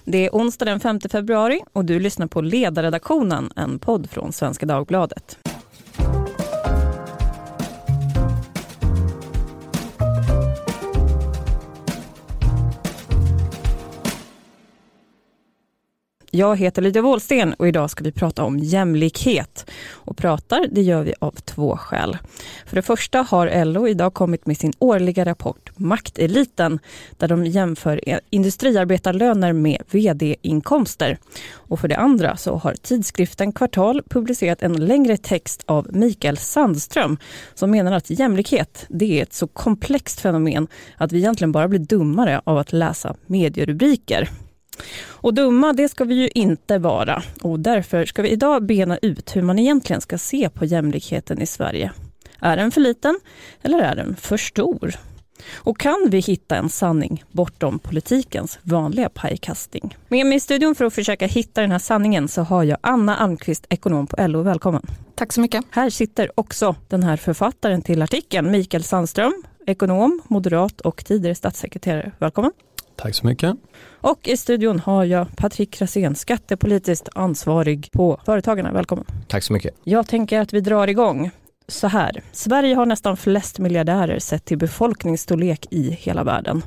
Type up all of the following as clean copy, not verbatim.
Det är onsdag den 5 februari och du lyssnar på Ledarredaktionen, en podd från Svenska Dagbladet. Jag heter Lydia Wåhlsten och idag ska vi prata om jämlikhet. Och det gör vi av två skäl. För det första har LO idag kommit med sin årliga rapport Makteliten, där de jämför industriarbetarlöner med vd-inkomster. Och för det andra så har tidskriften Kvartal publicerat en längre text av Mikael Sandström som menar att jämlikhet, det är ett så komplext fenomen att vi egentligen bara blir dummare av att läsa medierubriker. Och dumma, det ska vi ju inte vara. Och därför ska vi idag bena ut hur man egentligen ska se på jämlikheten i Sverige. Är den för liten eller är den för stor? Och kan vi hitta en sanning bortom politikens vanliga pajkastning? Med mig i studion för att försöka hitta den här sanningen så har jag Anna Almqvist, ekonom på LO. Välkommen. Tack så mycket. Här sitter också den här författaren till artikeln, Mikael Sandström, ekonom, moderat och tidigare statssekreterare. Välkommen. Tack så mycket. Och i studion har jag Patrik Rasén, skattepolitiskt ansvarig på Företagarna. Välkommen. Tack så mycket. Jag tänker att vi drar igång så här. Sverige har nästan flest miljardärer sett till befolkningsstorlek i hela världen.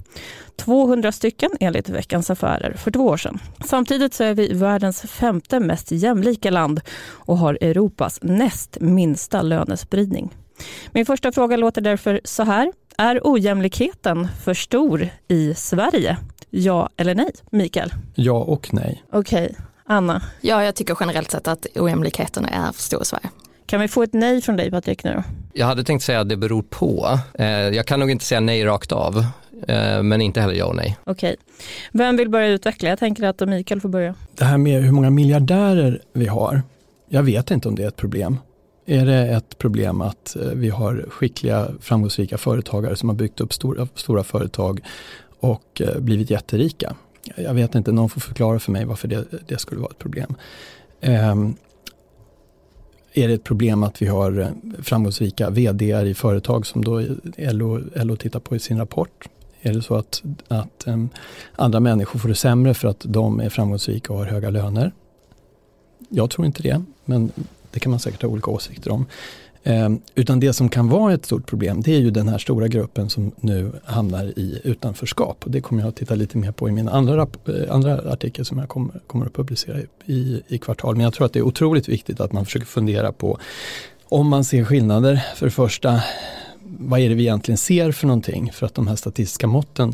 200 stycken enligt Veckans Affärer för 2 år sedan. Samtidigt så är vi världens 5:e mest jämlika land och har Europas näst minsta lönespridning. Min första fråga låter därför så här. Är ojämlikheten för stor i Sverige? Ja eller nej, Mikael? Ja och nej. Okej. Anna? Ja, jag tycker generellt sett att ojämlikheten är för stor i Sverige. Kan vi få ett nej från dig, Patrik, nu då? Jag hade tänkt säga att det beror på. Jag kan nog inte säga nej rakt av, men inte heller ja och nej. Okej. Vem vill börja utveckla? Jag tänker att Mikael får börja. Det här med hur många miljardärer vi har, jag vet inte om det är ett problem. Är det ett problem att vi har skickliga, framgångsrika företagare som har byggt upp stora företag och blivit jätterika? Jag vet inte, någon får förklara för mig varför det skulle vara ett problem. Är det ett problem att vi har framgångsrika vd:ar i företag som då LO tittar på i sin rapport? Är det så att andra människor får det sämre för att de är framgångsrika och har höga löner? Jag tror inte det, men det kan man säkert ha olika åsikter om. Utan det som kan vara ett stort problem, det är ju den här stora gruppen som nu hamnar i utanförskap. Och det kommer jag att titta lite mer på i min andra artikel som jag kommer att publicera i Kvartal. Men jag tror att det är otroligt viktigt att man försöker fundera på om man ser skillnader. För det första, vad är det vi egentligen ser för någonting? För att de här statistiska måtten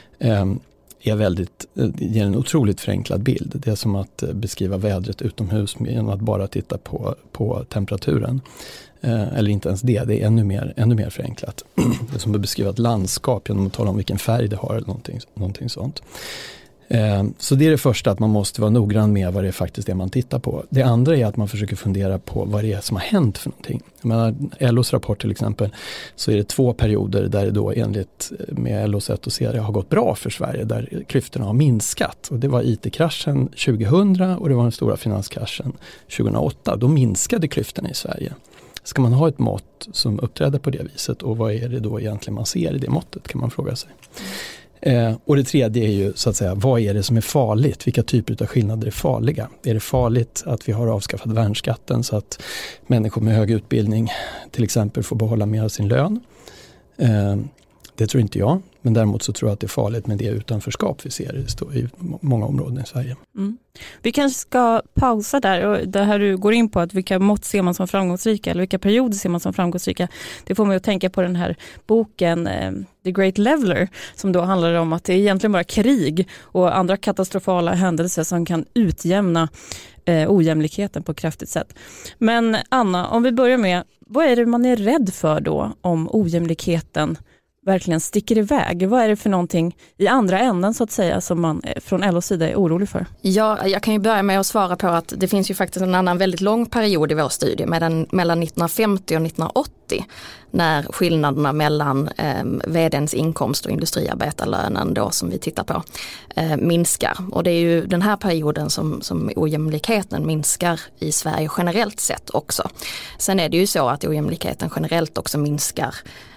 ger en otroligt förenklad bild. Det är som att beskriva vädret utomhus genom att bara titta på temperaturen. Eller inte ens det är ännu mer förenklat. Det är som att beskriva ett landskap genom att tala om vilken färg det har eller någonting sånt. Så det är det första, att man måste vara noggrann med vad det är faktiskt det man tittar på. Det andra är att man försöker fundera på vad det är som har hänt för någonting. Jag menar, LOs rapport till exempel, så är det 2 perioder där det då enligt med LOs sätt att se det har gått bra för Sverige, där klyftorna har minskat. Och det var IT-kraschen 2000 och det var den stora finanskraschen 2008. Då minskade klyftorna i Sverige. Ska man ha ett mått som uppträder på det viset, och vad är det då egentligen man ser i det måttet, kan man fråga sig. Och det tredje är ju så att säga, vad är det som är farligt? Vilka typer av skillnader är farliga? Är det farligt att vi har avskaffat värnskatten så att människor med hög utbildning till exempel får behålla mer av sin lön? Det tror inte jag, men däremot så tror jag att det är farligt med det utanförskap vi ser i många områden i Sverige. Mm. Vi kanske ska pausa där, och det här du går in på, att vilka mått ser man som framgångsrika eller vilka perioder ser man som framgångsrika, det får mig att tänka på den här boken The Great Leveler, som då handlar om att det är egentligen bara krig och andra katastrofala händelser som kan utjämna ojämlikheten på ett kraftigt sätt. Men Anna, om vi börjar med, vad är det man är rädd för då om ojämlikheten verkligen sticker iväg? Vad är det för någonting i andra änden så att säga som man från LOs sida är orolig för? Ja, jag kan ju börja med att svara på att det finns ju faktiskt en annan väldigt lång period i vår studie mellan 1950 och 1980 när skillnaderna mellan vd:ns inkomst och industriarbetarlönen då som vi tittar på minskar. Och det är ju den här perioden som ojämlikheten minskar i Sverige generellt sett också. Sen är det ju så att ojämlikheten generellt också minskar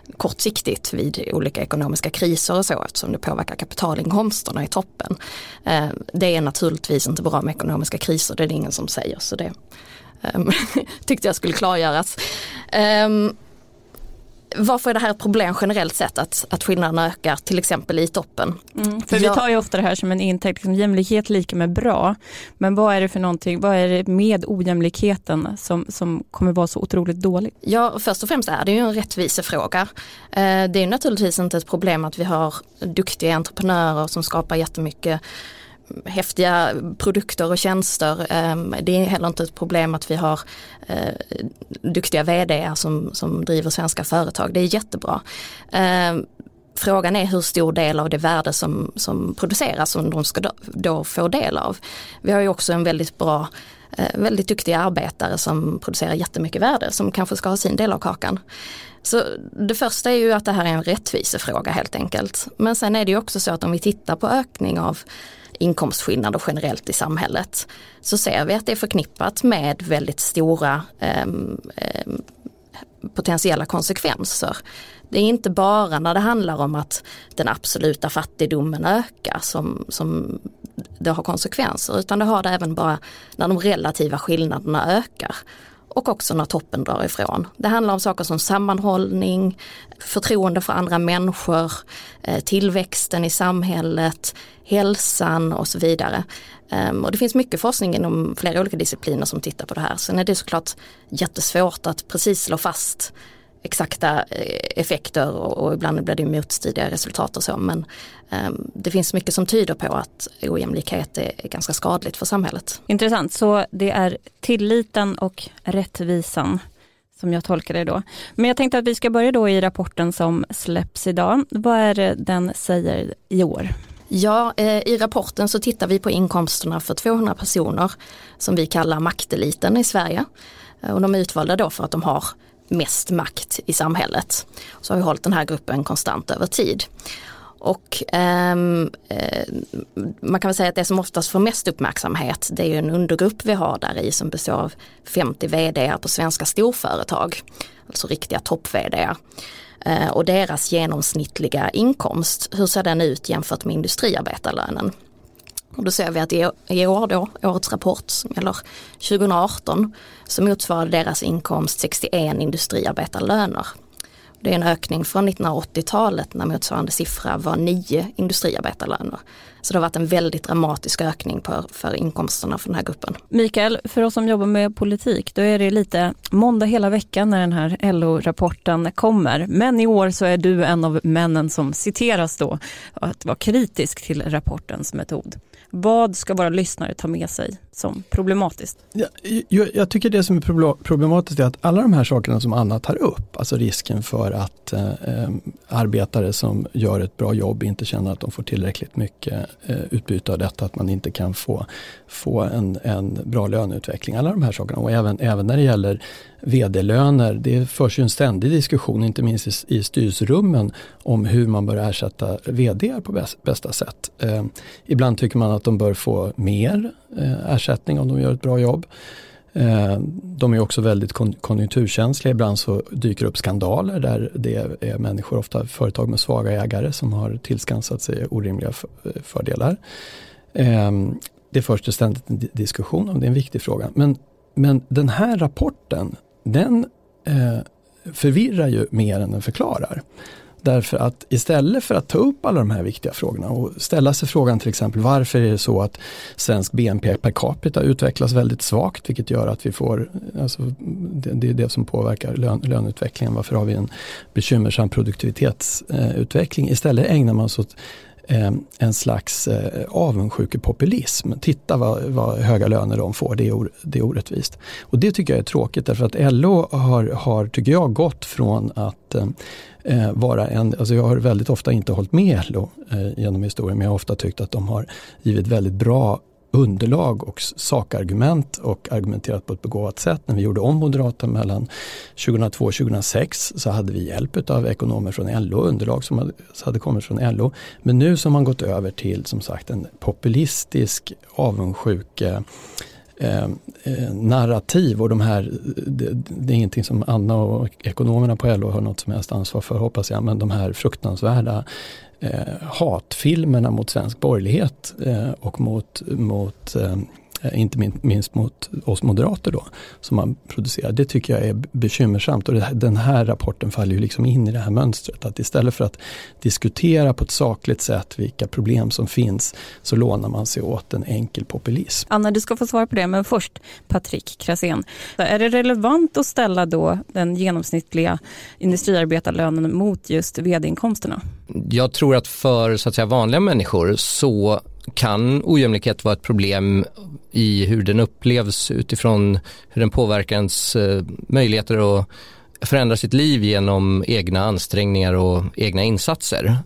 kortsiktigt vid olika ekonomiska kriser och så, eftersom det påverkar kapitalinkomsterna i toppen. Det är naturligtvis inte bra med ekonomiska kriser, det är det ingen som säger, så det tyckte jag skulle klargöras. Varför är det här ett problem generellt sett att skillnaderna ökar till exempel i toppen? För vi tar ju ofta det här som en intäkt, liksom jämlikhet lika med bra. Men vad är det för någonting, vad är det med ojämlikheten som kommer vara så otroligt dåligt? Ja, först och främst är det ju en rättvisefråga. Det är naturligtvis inte ett problem att vi har duktiga entreprenörer som skapar jättemycket häftiga produkter och tjänster. Det är heller inte ett problem att vi har duktiga vd som driver svenska företag. Det är jättebra. Frågan är hur stor del av det värde som produceras som de ska då få del av. Vi har ju också en väldigt duktiga arbetare som producerar jättemycket värde som kanske ska ha sin del av kakan. Så det första är ju att det här är en rättvisefråga helt enkelt. Men sen är det ju också så att om vi tittar på ökning av inkomstskillnader generellt i samhället så ser vi att det är förknippat med väldigt stora potentiella konsekvenser. Det är inte bara när det handlar om att den absoluta fattigdomen ökar som det har konsekvenser, utan det har det även bara när de relativa skillnaderna ökar. Och också när toppen drar ifrån. Det handlar om saker som sammanhållning, förtroende för andra människor, tillväxten i samhället, hälsan och så vidare. Och det finns mycket forskning inom flera olika discipliner som tittar på det här. Sen är det såklart jättesvårt att precis slå fast exakta effekter och ibland blir det motstridiga resultat och så. Men det finns mycket som tyder på att ojämlikhet är ganska skadligt för samhället. Intressant, så det är tilliten och rättvisan som jag tolkar det då. Men jag tänkte att vi ska börja då i rapporten som släpps idag. Vad är det den säger i år? Ja, i rapporten så tittar vi på inkomsterna för 200 personer som vi kallar makteliten i Sverige. Och de är utvalda då för att de har mest makt i samhället. Så har vi hållit den här gruppen konstant över tid. Och man kan väl säga att det som oftast får mest uppmärksamhet, det är ju en undergrupp vi har där i som består av 50 vd på svenska storföretag, alltså riktiga topp-vd. Och deras genomsnittliga inkomst, hur ser den ut jämfört med industriarbetarlönen? Och då ser vi att i år då, årets rapport som gäller 2018, så motsvarar deras inkomst 61 industriarbetarlöner. Det är en ökning från 1980-talet när motsvarande siffra var 9 industriarbetarlöner. Så det har varit en väldigt dramatisk ökning för inkomsterna för den här gruppen. Mikael, för oss som jobbar med politik, då är det lite måndag hela veckan när den här LO-rapporten kommer. Men i år så är du en av männen som citeras då att vara kritisk till rapportens metod. Vad ska våra lyssnare ta med sig som problematiskt? Jag tycker det som är problematiskt är att alla de här sakerna som Anna tar upp, alltså risken för att arbetare som gör ett bra jobb inte känner att de får tillräckligt mycket utbyte av detta, att man inte kan få en bra löneutveckling, alla de här sakerna. Och även när det gäller vd-löner, det förs ju en ständig diskussion, inte minst i styrelserummen, om hur man bör ersätta vd på bästa sätt. Ibland tycker man att de bör få mer ersättning om de gör ett bra jobb. De är också väldigt konjunkturkänsliga. Ibland så dyker upp skandaler där det är människor, ofta företag med svaga ägare, som har tillskansat sig orimliga fördelar. Det förs det ständigt en diskussion om, det är en viktig fråga. Men den här rapporten, den förvirrar ju mer än den förklarar. Därför att istället för att ta upp alla de här viktiga frågorna och ställa sig frågan till exempel, varför är det så att svensk BNP per capita utvecklas väldigt svagt, vilket gör att vi får, alltså det är det som påverkar löneutvecklingen, varför har vi en bekymmersam produktivitetsutveckling? Istället ägnar man sig åt en slags avundsjukepopulism. Titta vad höga löner de får, det är orättvist. Och det tycker jag är tråkigt, därför att LO har tycker jag, gått från att vara alltså jag har väldigt ofta inte hållit med LO genom historien, men jag har ofta tyckt att de har givit väldigt bra underlag och sakargument och argumenterat på ett begåvat sätt. När vi gjorde om Moderaterna mellan 2002 och 2006 så hade vi hjälp av ekonomer från LO, underlag som hade kommit från LO. Men nu som man gått över till, som sagt, en populistisk avundsjuk narrativ och de här, det är ingenting som Anna och ekonomerna på LO har något som helst ansvar för, hoppas jag, men de här fruktansvärda hatfilmerna mot svensk borgerlighet och mot inte minst mot oss moderater då, som man producerar. Det tycker jag är bekymmersamt, och den här rapporten faller ju liksom in i det här mönstret, att istället för att diskutera på ett sakligt sätt vilka problem som finns, så lånar man sig åt en enkel populism. Anna, du ska få svara på det, men först Patrik Krasén. Är det relevant att ställa då den genomsnittliga industriarbetarlönen mot just vd-inkomsterna? Jag tror att för så att säga vanliga människor så kan ojämlikhet vara ett problem i hur den upplevs utifrån hur den påverkar ens möjligheter att förändra sitt liv genom egna ansträngningar och egna insatser.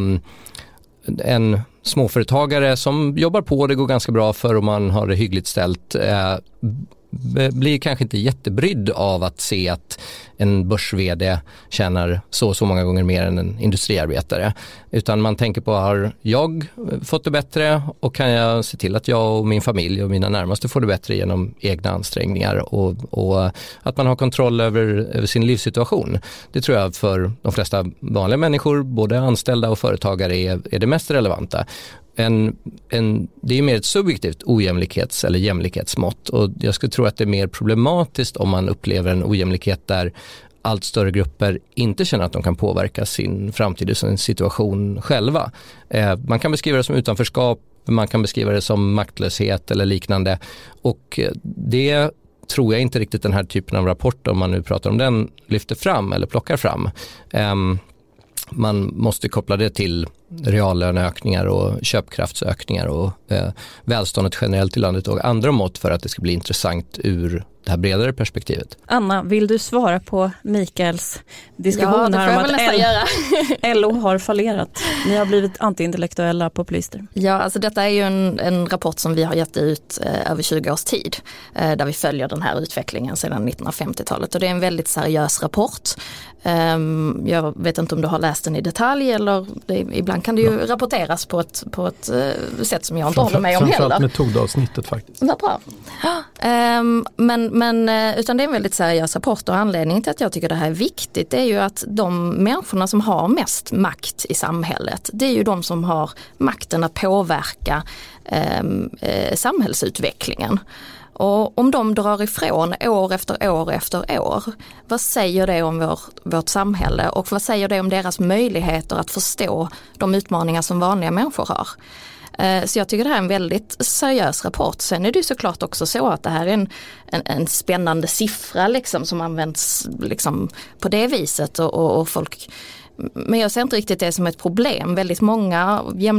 En småföretagare som jobbar på, det går ganska bra för om man har det hyggligt ställt, blir kanske inte jättebrydd av att se att en börs-vd tjänar så många gånger mer än en industriarbetare. Utan man tänker på, har jag fått det bättre och kan jag se till att jag och min familj och mina närmaste får det bättre genom egna ansträngningar och att man har kontroll över sin livssituation. Det tror jag för de flesta vanliga människor, både anställda och företagare, är det mest relevanta. Det är mer ett subjektivt ojämlikhets- eller jämlikhetsmått, och jag skulle tro att det är mer problematiskt om man upplever en ojämlikhet där allt större grupper inte känner att de kan påverka sin framtid och sin situation själva. Man kan beskriva det som utanförskap, man kan beskriva det som maktlöshet eller liknande, och det tror jag inte riktigt den här typen av rapport, om man nu pratar om den, lyfter fram eller plockar fram. Man måste koppla det till reallöneökningar och köpkraftsökningar och välståndet generellt i landet och andra mått för att det ska bli intressant ur det här bredare perspektivet. Anna, vill du svara på Mikaels diskussion här om att LO har fallerat? Ni har blivit antiintellektuella populister. Ja, alltså detta är ju en rapport som vi har gett ut över 20 års tid, där vi följer den här utvecklingen sedan 1950-talet, och det är en väldigt seriös rapport. Jag vet inte om du har läst den i detalj, eller ibland kan det ju rapporteras på ett sätt som jag inte håller med om heller. Framförallt metodavsnittet faktiskt. Vad bra. Men utan det är en väldigt seriös rapport, och anledningen till att jag tycker det här är viktigt är ju att de människorna som har mest makt i samhället, det är ju de som har makten att påverka samhällsutvecklingen. Och om de drar ifrån år efter år efter år, vad säger det om vårt samhälle, och vad säger det om deras möjligheter att förstå de utmaningar som vanliga människor har? Så jag tycker det här är en väldigt seriös rapport. Sen är det ju såklart också så att det här är en spännande siffra liksom, som används liksom på det viset, och folk, men jag ser inte riktigt det som ett problem. Väldigt många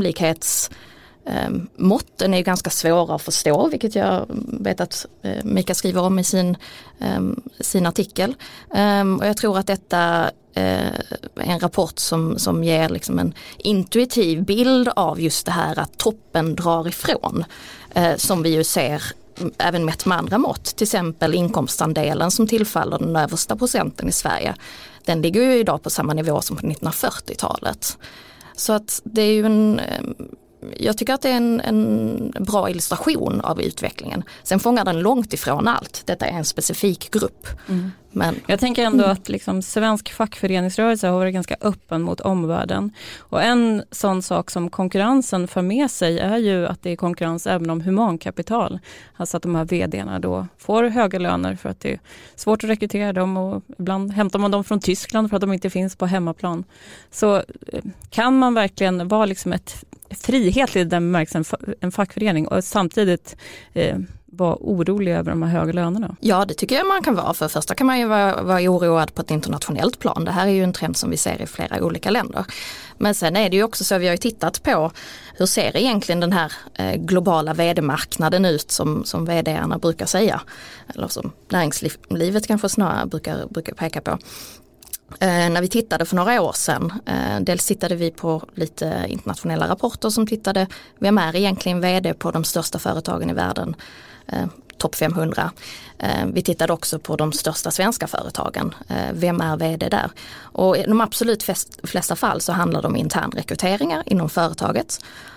måtten är ju ganska svåra att förstå, vilket jag vet att Mika skriver om i sin artikel. Och jag tror att detta är en rapport som ger liksom en intuitiv bild av just det här att toppen drar ifrån, som vi ju ser även mätt med andra mått. Till exempel inkomstandelen som tillfaller den översta procenten i Sverige. Den ligger ju idag på samma nivå som på 1940-talet. Så att det är ju jag tycker att det är en bra illustration av utvecklingen. Sen fångar den långt ifrån allt. Detta är en specifik grupp. Men jag tänker ändå att liksom svensk fackföreningsrörelse har varit ganska öppen mot omvärlden. Och en sån sak som konkurrensen för med sig är ju att det är konkurrens även om humankapital. Alltså att de här vdarna då får höga löner för att det är svårt att rekrytera dem, och ibland hämtar man dem från Tyskland för att de inte finns på hemmaplan. Så kan man verkligen vara liksom ett frihetligt den bemärkelsen en fackförening och samtidigt vara orolig över de här höga lönerna? Ja, det tycker jag man kan vara. För första kan man ju vara oroad på ett internationellt plan. Det här är ju en trend som vi ser i flera olika länder. Men sen är det ju också så, vi har ju tittat på hur ser egentligen den här globala vd-marknaden ut som vd-arna brukar säga. Eller som näringslivet kanske snarare brukar peka på. När vi tittade för några år sedan, dels tittade vi på lite internationella rapporter som tittade, vem är egentligen vd på de största företagen i världen, topp 500. Vi tittade också på de största svenska företagen, vem är vd där? Och i de absolut flesta fall så handlar det om internrekryteringar inom företaget.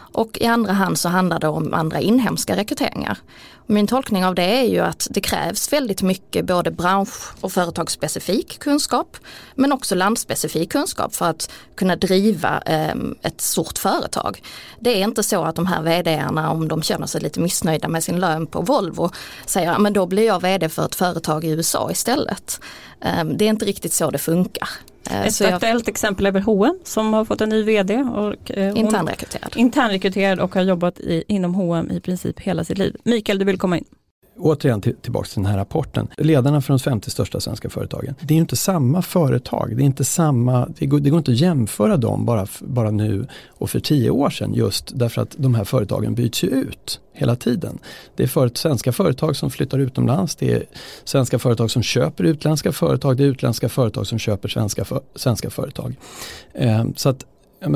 och i andra hand så handlar det om andra inhemska rekryteringar. Min tolkning av det är ju att det krävs väldigt mycket både bransch- och företagsspecifik kunskap men också landspecifik kunskap för att kunna driva ett stort företag. Det är inte så att de här vd-arna, om de känner sig lite missnöjda med sin lön på Volvo, säger men då blir jag vd för ett företag i USA istället. Det är inte riktigt så det funkar. Ett aktuellt exempel är H&M som har fått en ny vd och internrekryterad och har jobbat inom H&M i princip hela sitt liv. Mikael, du vill komma in. Återigen tillbaka till den här rapporten. Ledarna för de 50 största svenska företagen. Det är ju inte samma företag. Det är inte samma, det går inte att jämföra dem bara nu och för 10 år sedan, just därför att de här företagen byts ju ut hela tiden. Det är svenska företag som flyttar utomlands. Det är svenska företag som köper utländska företag. Det är utländska företag som köper svenska företag. Så att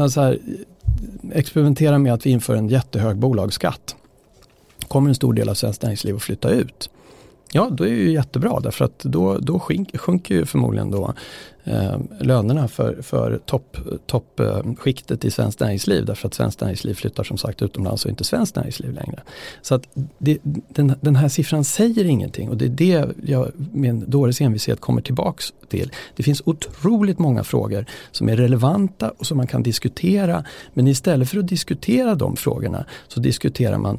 experimentera med att vi inför en jättehög bolagsskatt. Kommer en stor del av svenskt näringsliv att flytta ut? Ja, då är det ju jättebra, därför att då sjunker ju förmodligen då lönerna för toppskiktet i svenskt näringsliv, därför att svenskt näringsliv flyttar som sagt utomlands och inte svenskt näringsliv längre. Så att den här siffran säger ingenting, och det är det jag med en dåres envishet kommer tillbaks till. Det finns otroligt många frågor som är relevanta och som man kan diskutera, men istället för att diskutera de frågorna så diskuterar man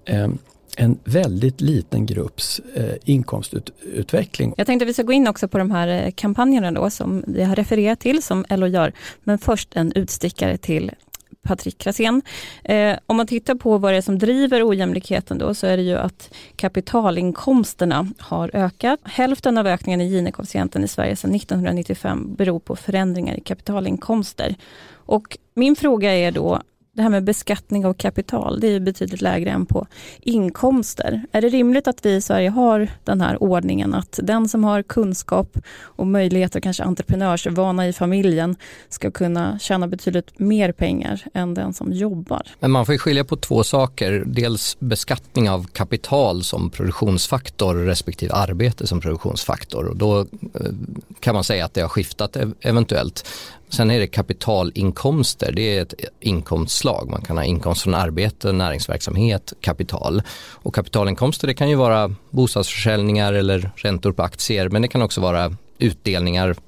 en väldigt liten grupps inkomstutveckling. Jag tänkte att vi ska gå in också på de här kampanjerna då som vi har refererat till, som LO gör. Men först en utstickare till Patrik Krasén. Om man tittar på vad det är som driver ojämlikheten då, så är det ju att kapitalinkomsterna har ökat. Hälften av ökningen i Gini-koefficienten i Sverige sedan 1995 beror på förändringar i kapitalinkomster. Och min fråga är då, det här med beskattning av kapital, det är ju betydligt lägre än på inkomster. Är det rimligt att vi i Sverige har den här ordningen att den som har kunskap och möjligheter, kanske entreprenörsvana i familjen, ska kunna tjäna betydligt mer pengar än den som jobbar? Men man får ju skilja på 2 saker. Dels beskattning av kapital som produktionsfaktor respektive arbete som produktionsfaktor. Och då kan man säga att det har skiftat eventuellt. Sen är det kapitalinkomster, det är ett inkomstslag. Man kan ha inkomst från arbete, näringsverksamhet, kapital. Och kapitalinkomster, det kan ju vara bostadsförsäljningar eller räntor på aktier, men det kan också vara utdelningar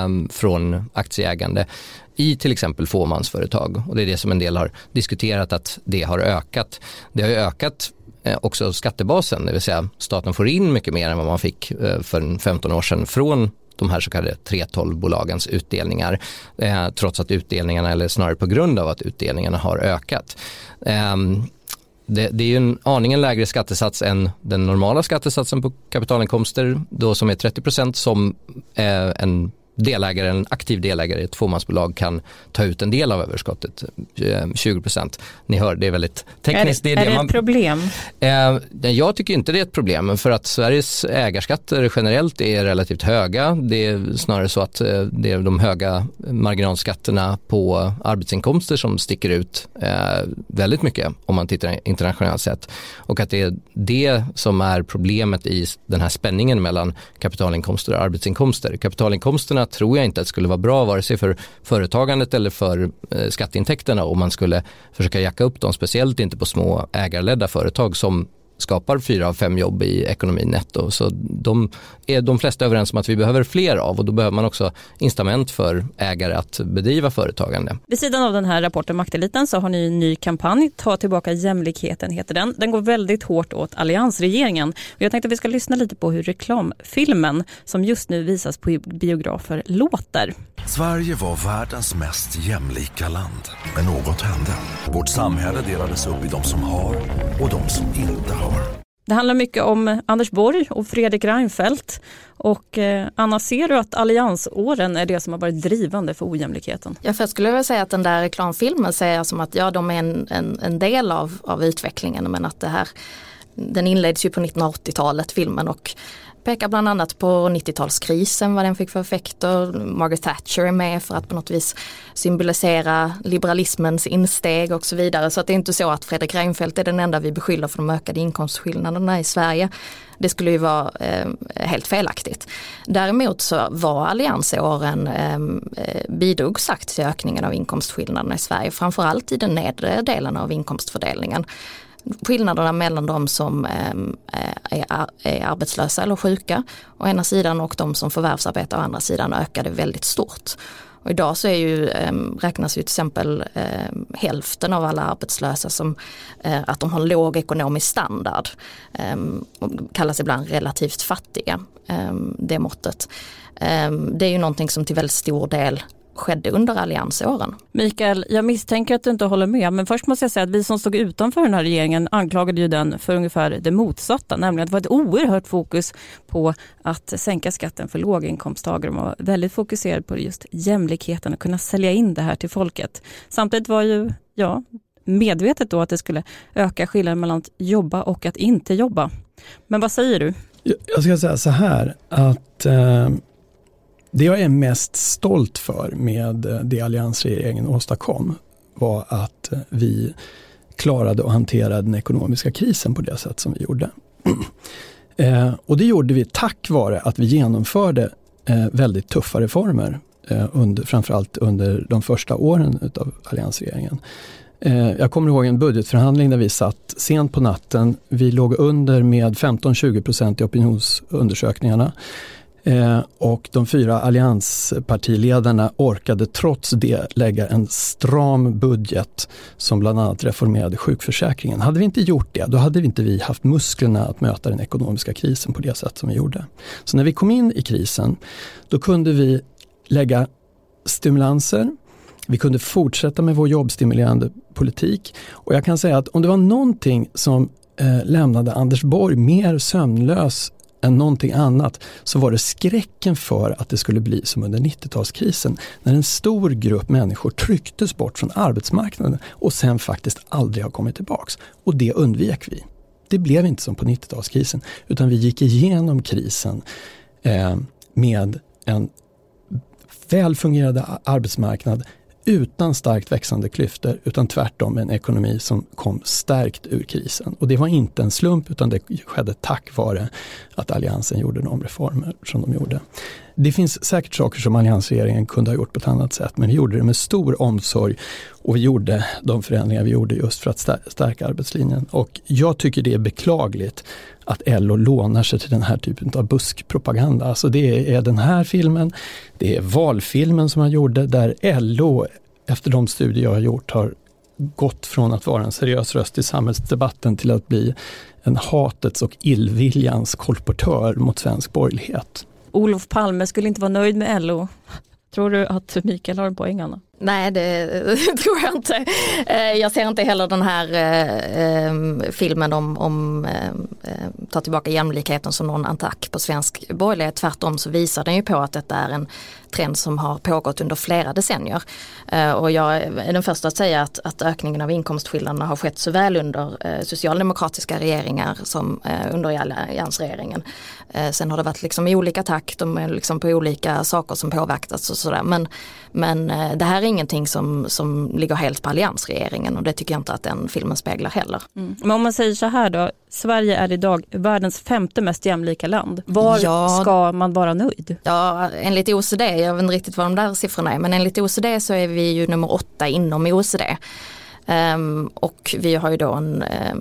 från aktieägande i till exempel fåmansföretag. Och det är det som en del har diskuterat, att det har ökat. Det har ju ökat också skattebasen, det vill säga staten får in mycket mer än vad man fick för 15 år sedan från de här så kallade 3:12-bolagens utdelningar, trots att utdelningarna, eller snarare på grund av att utdelningarna har ökat. Det är ju en aningen lägre skattesats än den normala skattesatsen på kapitalinkomster, då som är 30%, som en aktiv delägare i ett fåmansbolag kan ta ut en del av överskottet, 20%. Ni hör, det är väldigt tekniskt. Är det ett problem? Jag tycker inte det är ett problem, för att Sveriges ägarskatter generellt är relativt höga. Det är snarare så att det är de höga marginalskatterna på arbetsinkomster som sticker ut väldigt mycket om man tittar internationellt sett. Och att det är det som är problemet i den här spänningen mellan kapitalinkomster och arbetsinkomster. Kapitalinkomsterna tror jag inte att det skulle vara bra vare sig för företagandet eller för skatteintäkterna om man skulle försöka jacka upp dem, speciellt inte på små ägarledda företag som skapar 4 av 5 jobb i ekonomin netto. Så de flesta är överens om att vi behöver fler av, och då behöver man också incitament för ägare att bedriva företagande. Vid sidan av den här rapporten Makteliten så har ni en ny kampanj, Ta tillbaka jämlikheten heter den. Den går väldigt hårt åt alliansregeringen. Och jag tänkte att vi ska lyssna lite på hur reklamfilmen som just nu visas på biografer låter. Sverige var världens mest jämlika land, men något hände. Vårt samhälle delades upp i de som har och de som inte har. Det handlar mycket om Anders Borg och Fredrik Reinfeldt. Och Anna, ser du att alliansåren är det som har varit drivande för ojämlikheten? Ja, för jag skulle vilja säga att den där reklamfilmen säger som att de är en del av utvecklingen, men att det här Den inleds ju på 1980-talet, filmen, och pekar bland annat på 90-talskrisen, vad den fick för effekter. Margaret Thatcher är med för att på något vis symbolisera liberalismens insteg och så vidare. Så att det är inte så att Fredrik Reinfeldt är den enda vi beskyller för de ökade inkomstskillnaderna i Sverige. Det skulle ju vara helt felaktigt. Däremot så var alliansåren bidrog sagt till ökningen av inkomstskillnaderna i Sverige, framförallt i den nedre delen av inkomstfördelningen. Skillnaderna mellan de som är arbetslösa eller sjuka å ena sidan och de som förvärvsarbetar å andra sidan ökade väldigt stort. Och idag så räknas ju till exempel hälften av alla arbetslösa som att de har låg ekonomisk standard. Och kallas ibland relativt fattiga, det måttet. Det är ju någonting som till väldigt stor del skedde under alliansåren. Mikael, jag misstänker att du inte håller med, men först måste jag säga att vi som stod utanför den här regeringen anklagade ju den för ungefär det motsatta, nämligen att det var ett oerhört fokus på att sänka skatten för låginkomsttagare. Man var väldigt fokuserad på just jämlikheten och kunna sälja in det här till folket. Samtidigt var ju medvetet då att det skulle öka skillnaden mellan att jobba och att inte jobba. Men vad säger du? Jag ska säga så här att det jag är mest stolt för med det alliansregeringen åstadkom var att vi klarade att hantera den ekonomiska krisen på det sätt som vi gjorde. Och det gjorde vi tack vare att vi genomförde väldigt tuffa reformer framförallt under de första åren av alliansregeringen. Jag kommer ihåg en budgetförhandling där vi satt sent på natten. Vi låg under med 15-20% i opinionsundersökningarna. Och de 4 allianspartiledarna orkade trots det lägga en stram budget som bland annat reformerade sjukförsäkringen. Hade vi inte gjort det, då hade inte vi haft musklerna att möta den ekonomiska krisen på det sätt som vi gjorde. Så när vi kom in i krisen, då kunde vi lägga stimulanser. Vi kunde fortsätta med vår jobbstimulerande politik. Och jag kan säga att om det var någonting som lämnade Anders Borg mer sömnlös än någonting annat, så var det skräcken för att det skulle bli som under 90-talskrisen, när en stor grupp människor trycktes bort från arbetsmarknaden och sen faktiskt aldrig har kommit tillbaks. Och det undvek vi. Det blev inte som på 90-talskrisen, utan vi gick igenom krisen med en välfungerande arbetsmarknad utan starkt växande klyftor, utan tvärtom en ekonomi som kom stärkt ur krisen. Och det var inte en slump, utan det skedde tack vare att alliansen gjorde de reformer som de gjorde. Det finns säkert saker som alliansregeringen kunde ha gjort på ett annat sätt, men vi gjorde det med stor omsorg och vi gjorde de förändringar vi gjorde just för att stärka arbetslinjen. Och jag tycker det är beklagligt att LO lånar sig till den här typen av buskpropaganda. Alltså det är den här filmen, det är valfilmen som man gjorde, där LO efter de studier jag har gjort har gått från att vara en seriös röst i samhällsdebatten till att bli en hatets och illviljans kolportör mot svensk borgerlighet. Olof Palme skulle inte vara nöjd med LO. Tror du att Mikael har en poäng, Anna? Nej, det tror jag inte. Jag ser inte heller den här filmen om ta tillbaka jämlikheten som någon attack på svensk borgerlighet. Tvärtom så visar den ju på att detta är en trend som har pågått under flera decennier. Och jag är den första att säga att ökningen av inkomstskillnaderna har skett såväl under socialdemokratiska regeringar som under alliansregeringen. Sen har det varit liksom i olika takt och liksom på olika saker som påverkats och sådär. Men det här är ingenting som ligger helt på alliansregeringen, och det tycker jag inte att den filmen speglar heller. Mm. Men om man säger så här då, Sverige är idag världens 5:e mest jämlika land. Var ska man vara nöjd? Ja, enligt OECD, jag vet inte riktigt vad de där siffrorna är, men enligt OECD så är vi ju nummer 8 inom OECD. Och vi har ju då en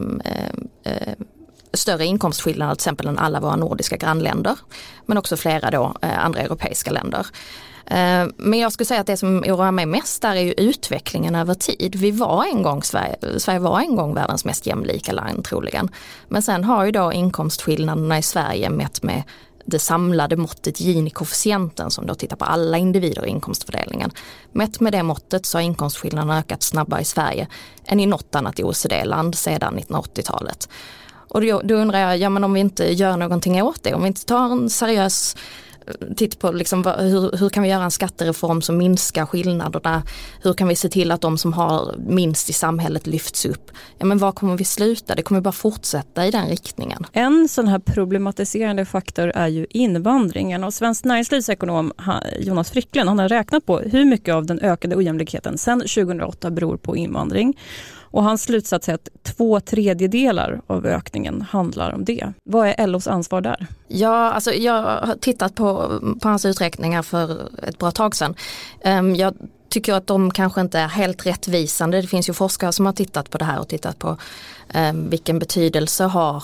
större inkomstskillnader till exempel än alla våra nordiska grannländer, men också flera då andra europeiska länder. Men jag skulle säga att det som oroar mig mest där är ju utvecklingen över tid. Sverige var en gång världens mest jämlika land troligen. Men sen har ju då inkomstskillnaderna i Sverige mätt med det samlade måttet Gini-koefficienten som då tittar på alla individer i inkomstfördelningen. Mätt med det måttet så har inkomstskillnaderna ökat snabbare i Sverige än i något annat OECD-land sedan 1980-talet. Och då undrar jag, men om vi inte gör någonting åt det, om vi inte tar en seriös titta på liksom, hur kan vi göra en skattereform som minskar skillnaderna? Hur kan vi se till att de som har minst i samhället lyfts upp? Ja, men var kommer vi sluta? Det kommer bara fortsätta i den riktningen. En sån här problematiserande faktor är ju invandringen, och Svenskt Näringslivsekonom Jonas Fricklund, han har räknat på hur mycket av den ökade ojämlikheten sedan 2008 beror på invandring. Och hans slutsats är att 2/3 av ökningen handlar om det. Vad är LOs ansvar där? Ja, alltså jag har tittat på hans uträkningar för ett bra tag sedan. Jag tycker att de kanske inte är helt rättvisande. Det finns ju forskare som har tittat på det här och tittat på vilken betydelse har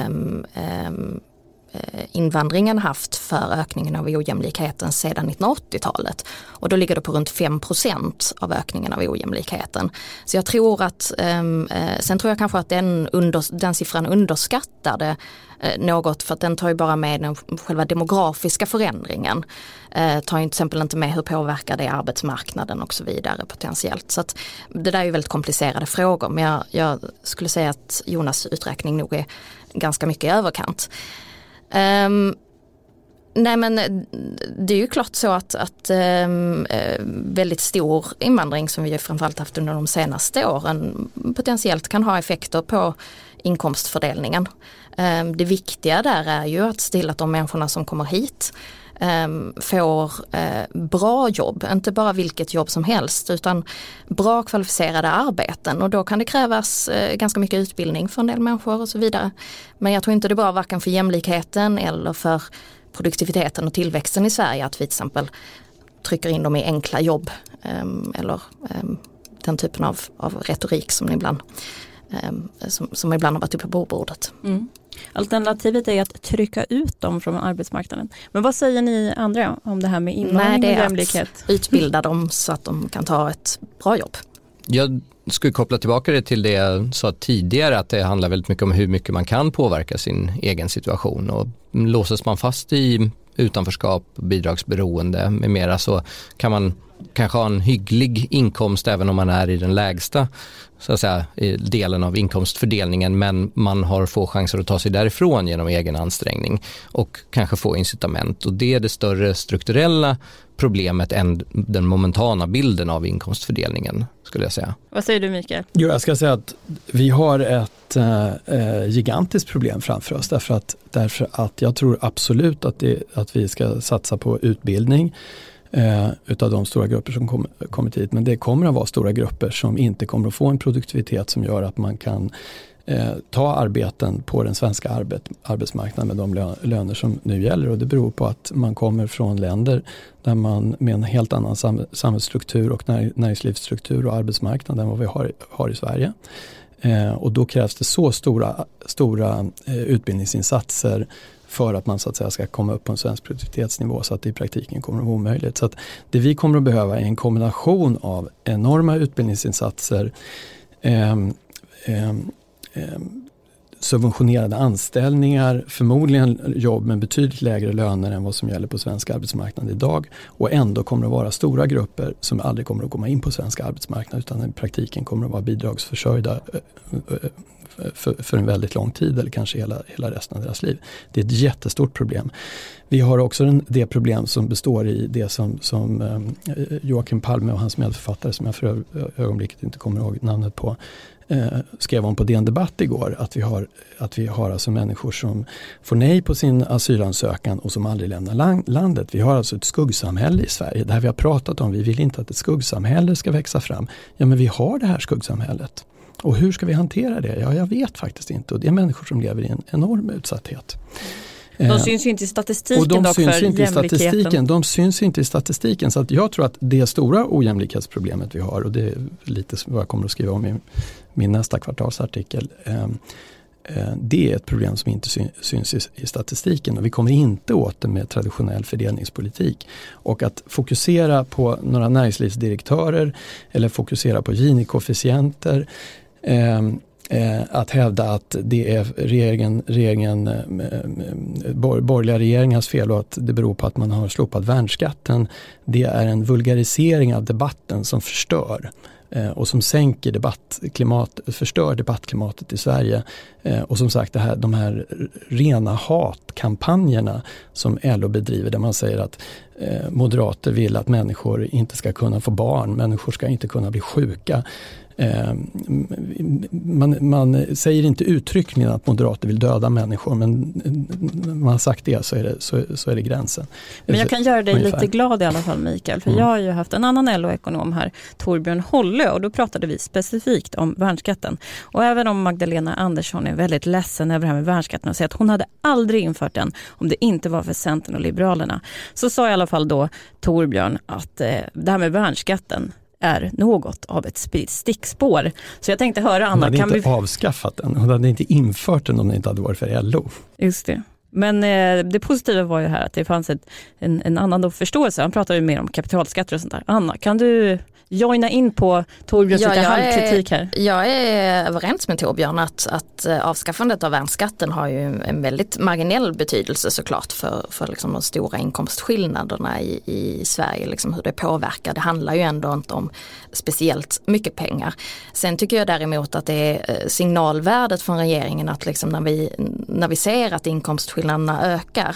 invandringen haft för ökningen av ojämlikheten sedan 1980-talet. Och då ligger det på runt 5% av ökningen av ojämlikheten. Så jag tror att, sen tror jag kanske att den siffran underskattade något, för att den tar ju bara med den själva demografiska förändringen. Tar ju till exempel inte med hur påverkar det arbetsmarknaden och så vidare potentiellt. Så att det där är ju väldigt komplicerade frågor, men jag skulle säga att Jonas uträkning nog är ganska mycket i överkant. Nej, men det är ju klart så att väldigt stor invandring som vi framförallt haft under de senaste åren potentiellt kan ha effekter på inkomstfördelningen. Det viktiga där är ju att se till att de människorna som kommer hit får bra jobb, inte bara vilket jobb som helst utan bra kvalificerade arbeten, och då kan det krävas ganska mycket utbildning för en del människor och så vidare. Men jag tror inte det är bra varken för jämlikheten eller för produktiviteten och tillväxten i Sverige att vi till exempel trycker in dem i enkla jobb eller den typen av retorik som ibland har varit uppe på bordet. Alternativet är att trycka ut dem från arbetsmarknaden. Men vad säger ni andra om det här med invandring och jämlikhet? Att utbilda dem så att de kan ta ett bra jobb. Jag skulle koppla tillbaka det till det jag sa tidigare, att det handlar väldigt mycket om hur mycket man kan påverka sin egen situation, och låses man fast i utanförskap, bidragsberoende med mera, så kan man kanske ha en hygglig inkomst även om man är i den lägsta så att säga, delen av inkomstfördelningen, men man har få chanser att ta sig därifrån genom egen ansträngning och kanske få incitament, och det är det större strukturella problemet än den momentana bilden av inkomstfördelningen, skulle jag säga. Vad säger du, Mikael? Jo, jag ska säga att vi har ett gigantiskt problem framför oss, därför att jag tror absolut att vi ska satsa på utbildning utav de stora grupper som kommit hit, men det kommer att vara stora grupper som inte kommer att få en produktivitet som gör att man kan ta arbeten på den svenska arbetsmarknaden med de löner som nu gäller, och det beror på att man kommer från länder där man med en helt annan samhällsstruktur och näringslivsstruktur och arbetsmarknad än vad vi har i Sverige. Och då krävs det så stora utbildningsinsatser för att man så att säga ska komma upp på en svensk produktivitetsnivå, så att det i praktiken kommer att vara omöjligt. Så att det vi kommer att behöva är en kombination av enorma utbildningsinsatser, subventionerade anställningar, förmodligen jobb med betydligt lägre löner än vad som gäller på svensk arbetsmarknad idag, och ändå kommer det vara stora grupper som aldrig kommer att komma in på svensk arbetsmarknad, utan i praktiken kommer att vara bidragsförsörjda för en väldigt lång tid, eller kanske hela resten av deras liv. Det är ett jättestort problem. Vi har också det problem som består i det som Joakim Palme och hans medförfattare, som jag för ögonblicket inte kommer ihåg namnet på, skrev om på DN Debatt igår, att vi har alltså människor som får nej på sin asylansökan och som aldrig lämnar landet. Vi har alltså ett skuggsamhälle i Sverige, där vi har pratat om, vi vill inte att ett skuggsamhälle ska växa fram. Ja, men vi har det här skuggsamhället. Och hur ska vi hantera det? Ja, jag vet faktiskt inte. Och det är människor som lever i en enorm utsatthet. De syns ju inte i statistiken, och dock, för jämlikheten. De syns inte i statistiken. Så att jag tror att det stora ojämlikhetsproblemet vi har, och det är lite vad jag kommer att skriva om i min nästa kvartalsartikel, det är ett problem som inte syns i statistiken, och vi kommer inte åt det med traditionell fördelningspolitik. Och att fokusera på några näringslivsdirektörer eller fokusera på Gini-koefficienter, att hävda att det är borgerliga regeringars fel och att det beror på att man har slopat värnskatten, det är en vulgarisering av debatten som förstör och som sänker förstör debattklimatet i Sverige. Och som sagt, de här rena hatkampanjerna som LO bedriver, där man säger att moderater vill att människor inte ska kunna få barn, människor ska inte kunna bli sjuka. Man säger inte uttryckligen att moderater vill döda människor, men man har sagt det, så är det gränsen. Men jag kan göra dig ungefär lite glad i alla fall, Mikael, för jag har ju haft en annan LO-ekonom här, Torbjörn Hollö, och då pratade vi specifikt om värnskatten. Och även om Magdalena Andersson är väldigt ledsen över det här med värnskatten och säger att hon hade aldrig infört den om det inte var för Centern och Liberalerna, så sa i alla fall då Torbjörn att det här med värnskatten är något av ett stickspår. Så jag tänkte höra, Anna, hon hade inte avskaffat den. Hon hade inte infört den om det inte hade varit för LO. Just det. Men det positiva var ju här att det fanns en annan förståelse. Han pratade ju mer om kapitalskatter och sånt där. Anna, kan du joina in på Torbjörns lite halvkritik här? Jag är överens med Torbjörn att avskaffandet av värnskatten har ju en väldigt marginell betydelse såklart för liksom de stora inkomstskillnaderna i Sverige, liksom hur det påverkar. Det handlar ju ändå inte om speciellt mycket pengar. Sen tycker jag däremot att det är signalvärdet från regeringen att liksom när vi ser att inkomstskillnaderna ökar,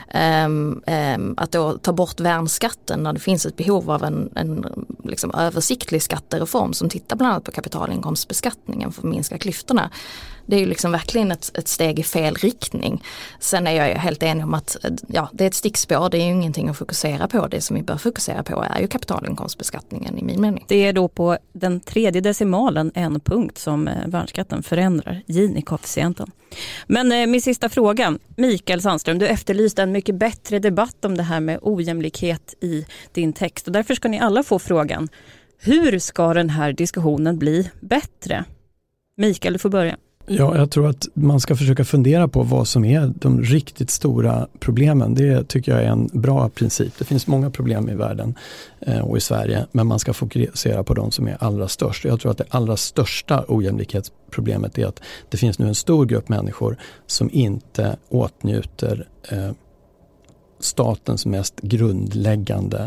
att då ta bort värnskatten när det finns ett behov av en liksom översiktlig skattereform som tittar bland annat på kapitalinkomstbeskattningen för att minska klyftorna. Det är ju liksom verkligen ett steg i fel riktning. Sen är jag helt enig om att det är ett stickspår, det är ju ingenting att fokusera på. Det som vi bör fokusera på är ju kapitalinkomstbeskattningen i min mening. Det är då på den 3:e decimalen en punkt som värnskatten förändrar Gini-koefficienten. Men min sista fråga, Mikael Sandström, du efterlyste en mycket bättre debatt om det här med ojämlikhet i din text, och därför ska ni alla få frågan: hur ska den här diskussionen bli bättre? Mikael, du får börja. Ja, jag tror att man ska försöka fundera på vad som är de riktigt stora problemen. Det tycker jag är en bra princip. Det finns många problem i världen och i Sverige, men man ska fokusera på de som är allra störst. Jag tror att det allra största ojämlikhetsproblemet är att det finns nu en stor grupp människor som inte åtnjuter statens mest grundläggande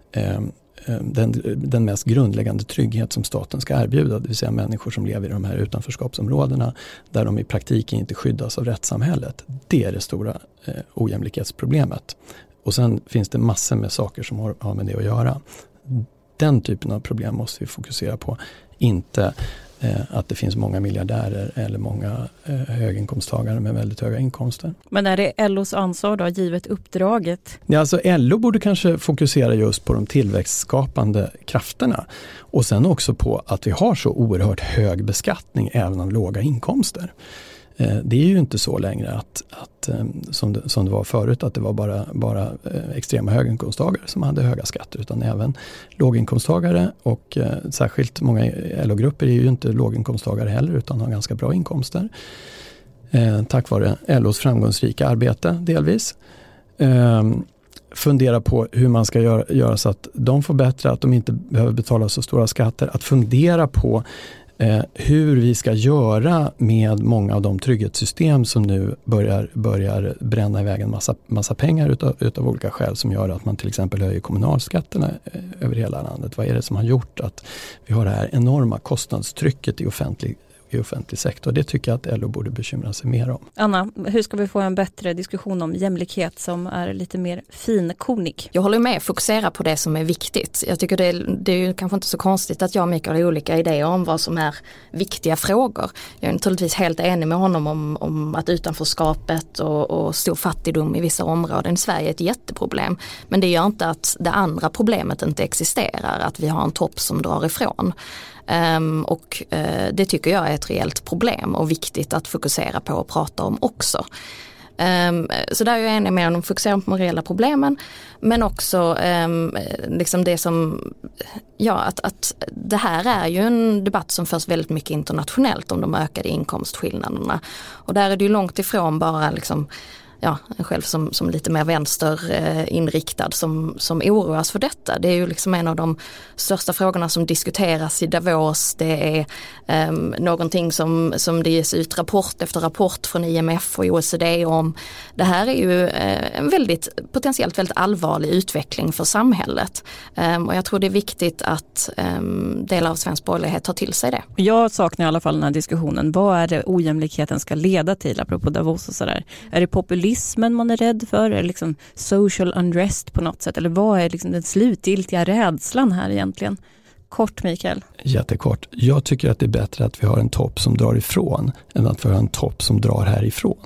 den mest grundläggande trygghet som staten ska erbjuda, det vill säga människor som lever i de här utanförskapsområdena där de i praktiken inte skyddas av rättssamhället. Det är det stora ojämlikhetsproblemet. Och sen finns det massor med saker som har med det att göra. Den typen av problem måste vi fokusera på, inte att det finns många miljardärer eller många höginkomsttagare med väldigt höga inkomster. Men är det LOs ansvar då, givet uppdraget? Ja, alltså LO borde kanske fokusera just på de tillväxtskapande krafterna, och sen också på att vi har så oerhört hög beskattning även av låga inkomster. Det är ju inte så längre att som det var förut, att det var bara extrema höginkomsttagare som hade höga skatter, utan även låginkomsttagare, och särskilt många LO-grupper är ju inte låginkomsttagare heller utan har ganska bra inkomster. Tack vare LOs framgångsrika arbete delvis. Fundera på hur man ska göra så att de får bättre, att de inte behöver betala så stora skatter. Att fundera på hur vi ska göra med många av de trygghetssystem som nu börjar bränna iväg en massa pengar utav olika skäl, som gör att man till exempel höjer kommunalskatterna över hela landet. Vad är det som har gjort att vi har det här enorma kostnadstrycket i offentlig sektor? Det tycker jag att LO borde bekymra sig mer om. Anna, hur ska vi få en bättre diskussion om jämlikhet som är lite mer finkornig? Jag håller med, fokusera på det som är viktigt. Jag tycker det är ju kanske inte så konstigt att jag och Mikael har olika idéer om vad som är viktiga frågor. Jag är naturligtvis helt enig med honom om att utanförskapet och stor fattigdom i vissa områden i Sverige är ett jätteproblem. Men det gör inte att det andra problemet inte existerar, att vi har en topp som drar ifrån. Det tycker jag är ett reellt problem och viktigt att fokusera på och prata om också. Så där är jag enig med honom, fokusera på de reella problemen, men också liksom det som, att det här är ju en debatt som förs väldigt mycket internationellt om de ökade inkomstskillnaderna, och där är det ju långt ifrån bara liksom själv som lite mer vänsterinriktad som oroas för detta. Det är ju liksom en av de största frågorna som diskuteras i Davos. Det är någonting som det ges ut rapport efter rapport från IMF och OECD om. Det här är ju en potentiellt väldigt allvarlig utveckling för samhället. Och jag tror det är viktigt att delar av svensk borgerlighet tar till sig det. Jag saknar i alla fall den här diskussionen. Vad är det ojämlikheten ska leda till, apropå Davos och sådär? Är det populismen man är rädd för? Är det liksom social unrest på något sätt? Eller vad är liksom den slutgiltiga rädslan här egentligen? Kort, Mikael. Jättekort. Jag tycker att det är bättre att vi har en topp som drar ifrån än att vi har en topp som drar härifrån.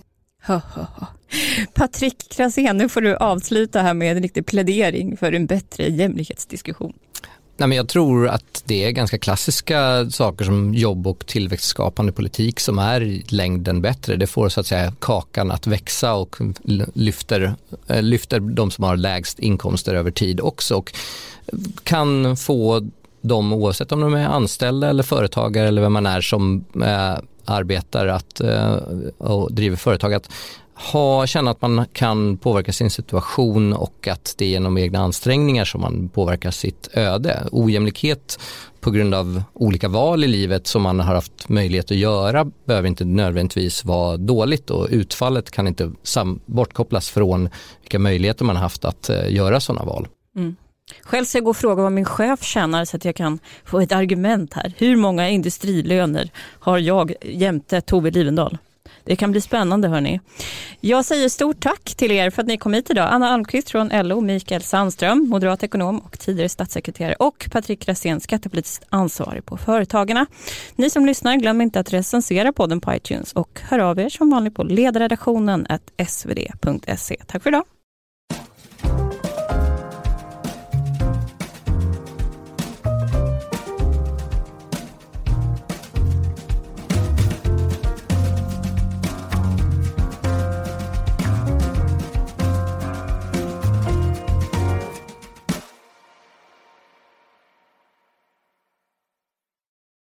Patrik Krasén, nu får du avsluta här med en riktig plädering för en bättre jämlikhetsdiskussion. Nej, men jag tror att det är ganska klassiska saker som jobb- och tillväxtskapande politik som är i längden bättre. Det får så att säga kakan att växa och lyfter de som har lägst inkomster över tid också, och kan få dem, oavsett om de är anställda eller företagare eller vem man är som arbetar och driver företag, att känna att man kan påverka sin situation och att det är genom egna ansträngningar som man påverkar sitt öde. Ojämlikhet på grund av olika val i livet som man har haft möjlighet att göra behöver inte nödvändigtvis vara dåligt, och utfallet kan inte bortkopplas från vilka möjligheter man har haft att göra sådana val. Mm. Själv ska jag gå och fråga vad min chef tjänar så att jag kan få ett argument här. Hur många industrilöner har jag jämte Tove Livendal? Det kan bli spännande, hörni. Jag säger stort tack till er för att ni kom hit idag. Anna Almqvist från LO, Mikael Sandström, moderat ekonom och tidigare statssekreterare, och Patrik Krasén, skattepolitiskt ansvarig på Företagarna. Ni som lyssnar, glöm inte att recensera podden på iTunes och hör av er som vanligt på ledarredaktionen @svd.se. Tack för idag.